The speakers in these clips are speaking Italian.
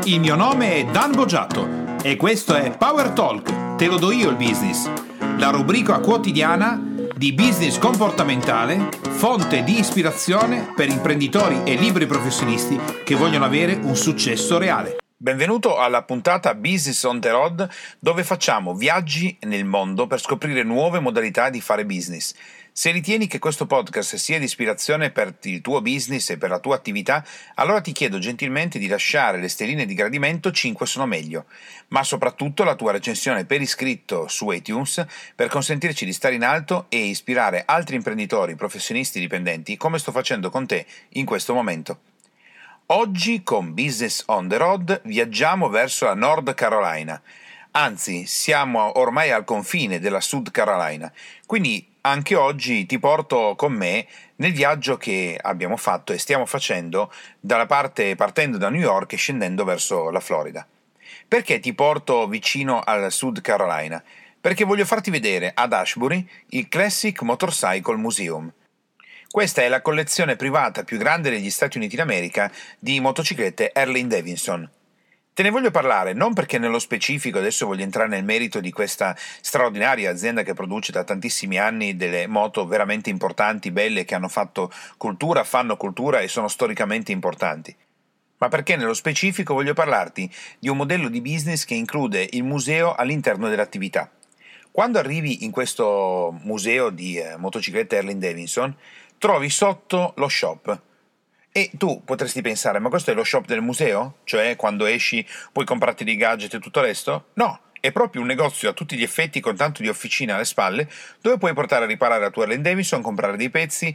Il mio nome è Dan Boggiato e questo è Power Talk, te lo do io il business, la rubrica quotidiana di business comportamentale, fonte di ispirazione per imprenditori e liberi professionisti che vogliono avere un successo reale. Benvenuto alla puntata Business on the Road, dove facciamo viaggi nel mondo per scoprire nuove modalità di fare business. Se ritieni che questo podcast sia di ispirazione per il tuo business e per la tua attività, allora ti chiedo gentilmente di lasciare le stelline di gradimento, 5 sono meglio, ma soprattutto la tua recensione per iscritto su iTunes per consentirci di stare in alto e ispirare altri imprenditori, professionisti dipendenti, come sto facendo con te in questo momento. Oggi con Business on the Road viaggiamo verso la North Carolina, anzi siamo ormai al confine della South Carolina, quindi anche oggi ti porto con me nel viaggio che abbiamo fatto e stiamo facendo partendo da New York e scendendo verso la Florida. Perché ti porto vicino alla South Carolina? Perché voglio farti vedere ad Ashbury il Classic Motorcycle Museum. Questa è la collezione privata più grande degli Stati Uniti d'America di motociclette Harley-Davidson. Te ne voglio parlare non perché nello specifico adesso voglio entrare nel merito di questa straordinaria azienda che produce da tantissimi anni delle moto veramente importanti, belle, che hanno fatto cultura, fanno cultura e sono storicamente importanti, ma perché nello specifico voglio parlarti di un modello di business che include il museo all'interno dell'attività. Quando arrivi in questo museo di motociclette Harley-Davidson, trovi sotto lo shop. E tu potresti pensare, ma questo è lo shop del museo? Cioè, quando esci puoi comprarti dei gadget e tutto il resto? No, è proprio un negozio a tutti gli effetti con tanto di officina alle spalle, dove puoi portare a riparare la tua Harley Davidson, comprare dei pezzi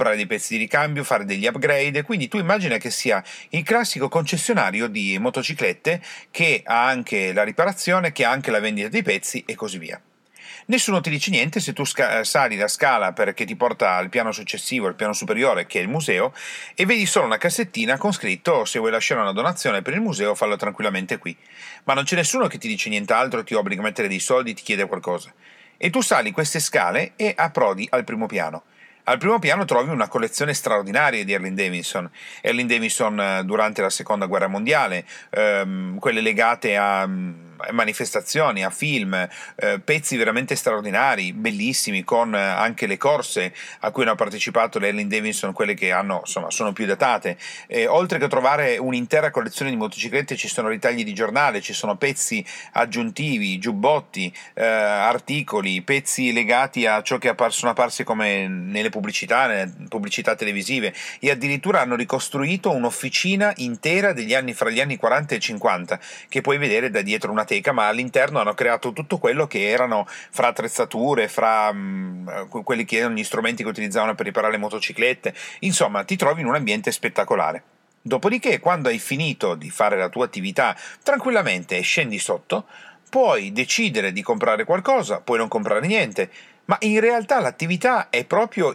di ricambio, fare degli upgrade. Quindi tu immagina che sia il classico concessionario di motociclette che ha anche la riparazione, che ha anche la vendita dei pezzi e così via. Nessuno ti dice niente se tu sali la scala perché ti porta al piano successivo, al piano superiore, che è il museo, e vedi solo una cassettina con scritto: se vuoi lasciare una donazione per il museo, fallo tranquillamente qui. Ma non c'è nessuno che ti dice nient'altro, ti obbliga a mettere dei soldi, ti chiede qualcosa. E tu sali queste scale e approdi al primo piano. Al primo piano trovi una collezione straordinaria di Harley Davidson durante la seconda guerra mondiale, quelle legate a manifestazioni, a film, pezzi veramente straordinari, bellissimi, con anche le corse a cui hanno partecipato le Harley Davidson, quelle che hanno, insomma, sono più datate. Oltre che trovare un'intera collezione di motociclette, ci sono ritagli di giornale, ci sono pezzi aggiuntivi, giubbotti, articoli, pezzi legati a ciò che sono apparsi come nelle pubblicità televisive, e addirittura hanno ricostruito un'officina intera fra gli anni 40 e 50 che puoi vedere da dietro una teca, ma all'interno hanno creato tutto quello che erano fra attrezzature, fra quelli che erano gli strumenti che utilizzavano per riparare le motociclette. Insomma, ti trovi in un ambiente spettacolare. Dopodiché, quando hai finito di fare la tua attività tranquillamente e scendi sotto, puoi decidere di comprare qualcosa, puoi non comprare niente, ma in realtà l'attività è proprio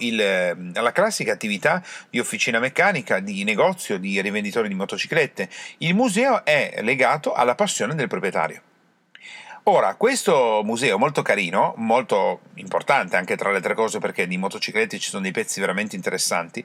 la classica attività di officina meccanica, di negozio, di rivenditori di motociclette. Il museo è legato alla passione del proprietario. Ora, questo museo molto carino, molto importante anche tra le altre cose perché di motociclette ci sono dei pezzi veramente interessanti,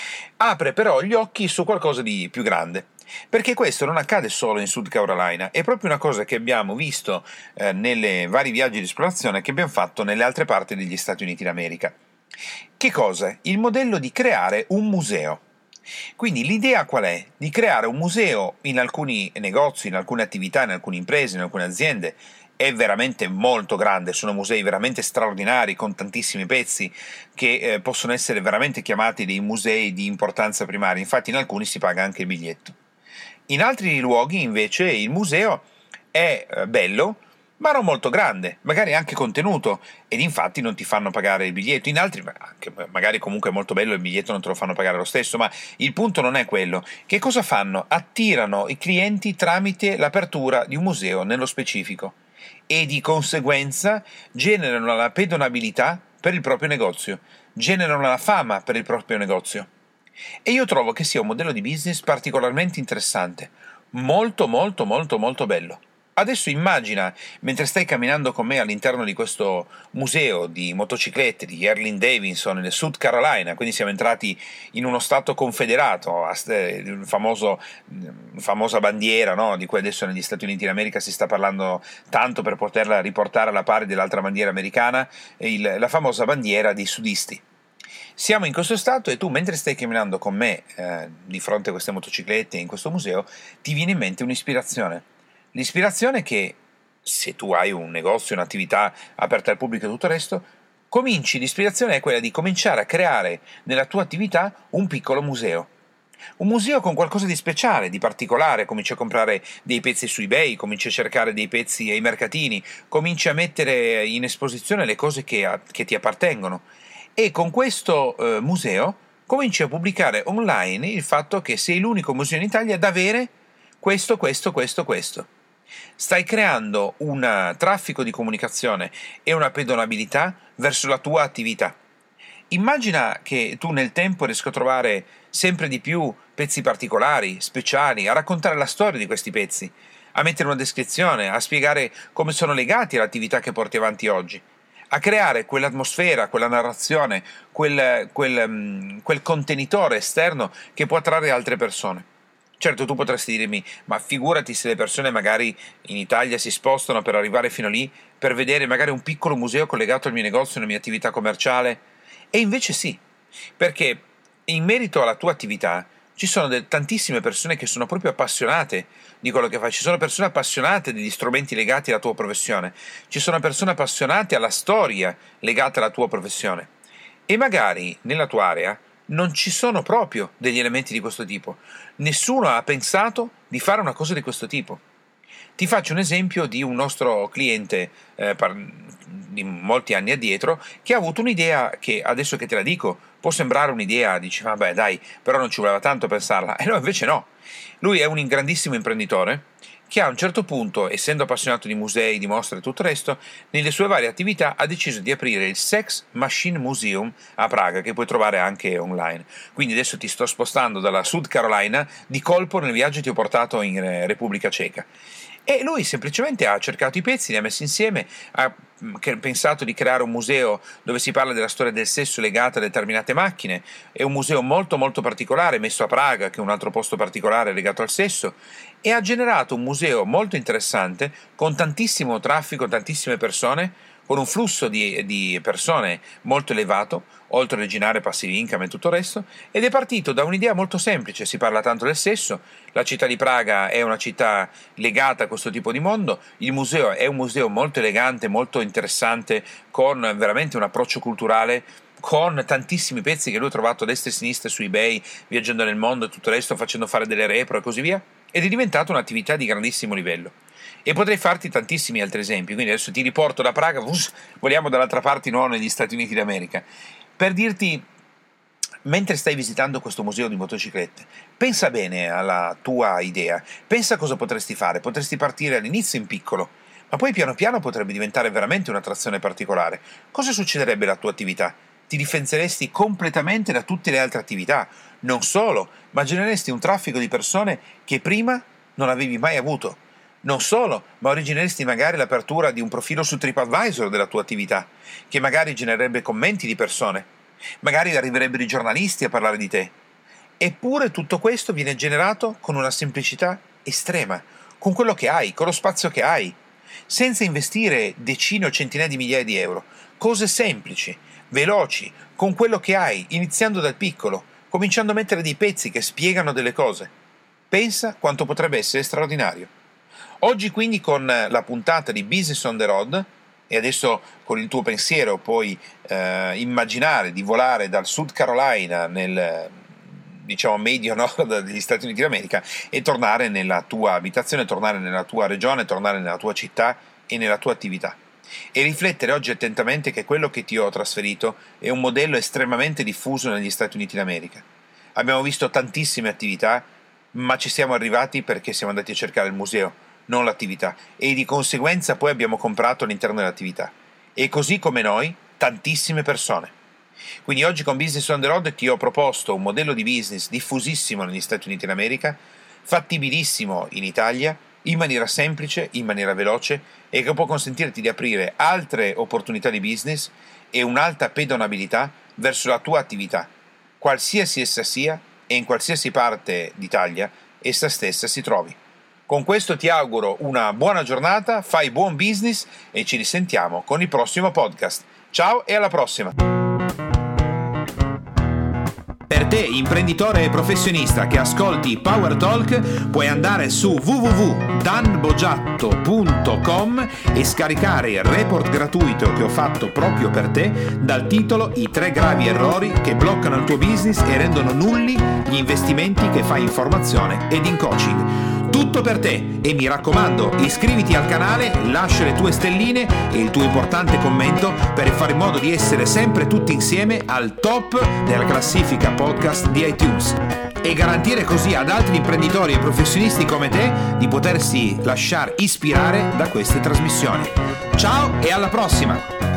apre però gli occhi su qualcosa di più grande. Perché questo non accade solo in South Carolina, è proprio una cosa che abbiamo visto nei vari viaggi di esplorazione che abbiamo fatto nelle altre parti degli Stati Uniti d'America. Che cosa? Il modello di creare un museo. Quindi l'idea qual è? Di creare un museo in alcuni negozi, in alcune attività, in alcune imprese, in alcune aziende. È veramente molto grande, sono musei veramente straordinari con tantissimi pezzi che possono essere veramente chiamati dei musei di importanza primaria, infatti in alcuni si paga anche il biglietto. In altri luoghi invece il museo è bello, ma non molto grande, magari anche contenuto, ed infatti non ti fanno pagare il biglietto. In altri, anche magari comunque è molto bello, il biglietto non te lo fanno pagare lo stesso, ma il punto non è quello. Che cosa fanno? Attirano i clienti tramite l'apertura di un museo nello specifico e di conseguenza generano la pedonabilità per il proprio negozio, generano la fama per il proprio negozio. E io trovo che sia un modello di business particolarmente interessante, molto molto molto molto bello. Adesso immagina, mentre stai camminando con me all'interno di questo museo di motociclette di Harley Davidson nel South Carolina, quindi siamo entrati in uno stato confederato, famosa bandiera, no? Di cui adesso negli Stati Uniti d'America si sta parlando tanto per poterla riportare alla pari dell'altra bandiera americana, la famosa bandiera dei sudisti. Siamo in questo stato e tu, mentre stai camminando con me di fronte a queste motociclette in questo museo, ti viene in mente un'ispirazione. L'ispirazione che, se tu hai un negozio, un'attività aperta al pubblico e tutto il resto, l'ispirazione è quella di cominciare a creare nella tua attività un piccolo museo. Un museo con qualcosa di speciale, di particolare, cominci a comprare dei pezzi su eBay, cominci a cercare dei pezzi ai mercatini, cominci a mettere in esposizione le cose che ti appartengono. E con questo museo cominci a pubblicare online il fatto che sei l'unico museo in Italia ad avere questo. Stai creando un traffico di comunicazione e una pedonabilità verso la tua attività. Immagina che tu nel tempo riesca a trovare sempre di più pezzi particolari, speciali, a raccontare la storia di questi pezzi, a mettere una descrizione, a spiegare come sono legati all'attività che porti avanti oggi, a creare quell'atmosfera, quella narrazione, quel contenitore esterno che può attrarre altre persone. Certo, tu potresti dirmi, ma figurati se le persone magari in Italia si spostano per arrivare fino lì, per vedere magari un piccolo museo collegato al mio negozio, alla mia attività commerciale. E invece sì, perché in merito alla tua attività ci sono tantissime persone che sono proprio appassionate di quello che fai, ci sono persone appassionate degli strumenti legati alla tua professione, ci sono persone appassionate alla storia legata alla tua professione. E magari nella tua area non ci sono proprio degli elementi di questo tipo. Nessuno ha pensato di fare una cosa di questo tipo. Ti faccio un esempio di un nostro cliente di molti anni addietro che ha avuto un'idea che, adesso che te la dico, può sembrare un'idea, dici vabbè dai, però non ci voleva tanto pensarla. E no, invece no. Lui è un grandissimo imprenditore che a un certo punto, essendo appassionato di musei, di mostre e tutto il resto, nelle sue varie attività ha deciso di aprire il Sex Machine Museum a Praga, che puoi trovare anche online. Quindi adesso ti sto spostando dalla South Carolina, di colpo nel viaggio ti ho portato in Repubblica Ceca. E lui semplicemente ha cercato i pezzi, li ha messi insieme, ha pensato di creare un museo dove si parla della storia del sesso legata a determinate macchine. È un museo molto molto particolare, messo a Praga, che è un altro posto particolare legato al sesso, e ha generato un museo molto interessante, con tantissimo traffico, tantissime persone, con un flusso di persone molto elevato, oltre a originare passive income e tutto il resto, ed è partito da un'idea molto semplice. Si parla tanto del sesso, la città di Praga è una città legata a questo tipo di mondo, il museo è un museo molto elegante, molto interessante, con veramente un approccio culturale, con tantissimi pezzi che lui ha trovato a destra e a sinistra su eBay, viaggiando nel mondo e tutto il resto, facendo fare delle repro e così via, ed è diventata un'attività di grandissimo livello. E potrei farti tantissimi altri esempi, quindi adesso ti riporto da Praga, voliamo dall'altra parte, no, negli Stati Uniti d'America, per dirti, mentre stai visitando questo museo di motociclette, pensa bene alla tua idea, pensa cosa potresti fare. Potresti partire all'inizio in piccolo, ma poi piano piano potrebbe diventare veramente un'attrazione particolare. Cosa succederebbe alla tua attività? Ti differenzieresti completamente da tutte le altre attività. Non solo, ma genereresti un traffico di persone che prima non avevi mai avuto. Non solo, ma origineresti magari l'apertura di un profilo su TripAdvisor della tua attività, che magari genererebbe commenti di persone, magari arriverebbero i giornalisti a parlare di te. Eppure tutto questo viene generato con una semplicità estrema, con quello che hai, con lo spazio che hai, senza investire decine o centinaia di migliaia di euro. Cose semplici, veloci, con quello che hai, iniziando dal piccolo, cominciando a mettere dei pezzi che spiegano delle cose. Pensa quanto potrebbe essere straordinario. Oggi quindi con la puntata di Business on the Road, e adesso con il tuo pensiero puoi immaginare di volare dal South Carolina nel medio nord degli Stati Uniti d'America e tornare nella tua abitazione, tornare nella tua regione, tornare nella tua città e nella tua attività. E riflettere oggi attentamente che quello che ti ho trasferito è un modello estremamente diffuso negli Stati Uniti d'America. Abbiamo visto tantissime attività, ma ci siamo arrivati perché siamo andati a cercare il museo, non l'attività, e di conseguenza poi abbiamo comprato all'interno dell'attività. E così come noi, tantissime persone. Quindi oggi con Business on the Road ti ho proposto un modello di business diffusissimo negli Stati Uniti d'America, fattibilissimo in Italia, in maniera semplice, in maniera veloce e che può consentirti di aprire altre opportunità di business e un'alta pedonabilità verso la tua attività, qualsiasi essa sia e in qualsiasi parte d'Italia essa stessa si trovi. Con questo ti auguro una buona giornata, fai buon business e ci risentiamo con il prossimo podcast. Ciao e alla prossima! Per te, imprenditore e professionista che ascolti Power Talk, puoi andare su www.danbogiatto.com e scaricare il report gratuito che ho fatto proprio per te dal titolo I 3 gravi errori che bloccano il tuo business e rendono nulli gli investimenti che fai in formazione ed in coaching. Tutto per te e mi raccomando, iscriviti al canale, lascia le tue stelline e il tuo importante commento per fare in modo di essere sempre tutti insieme al top della classifica podcast di iTunes e garantire così ad altri imprenditori e professionisti come te di potersi lasciare ispirare da queste trasmissioni. Ciao e alla prossima!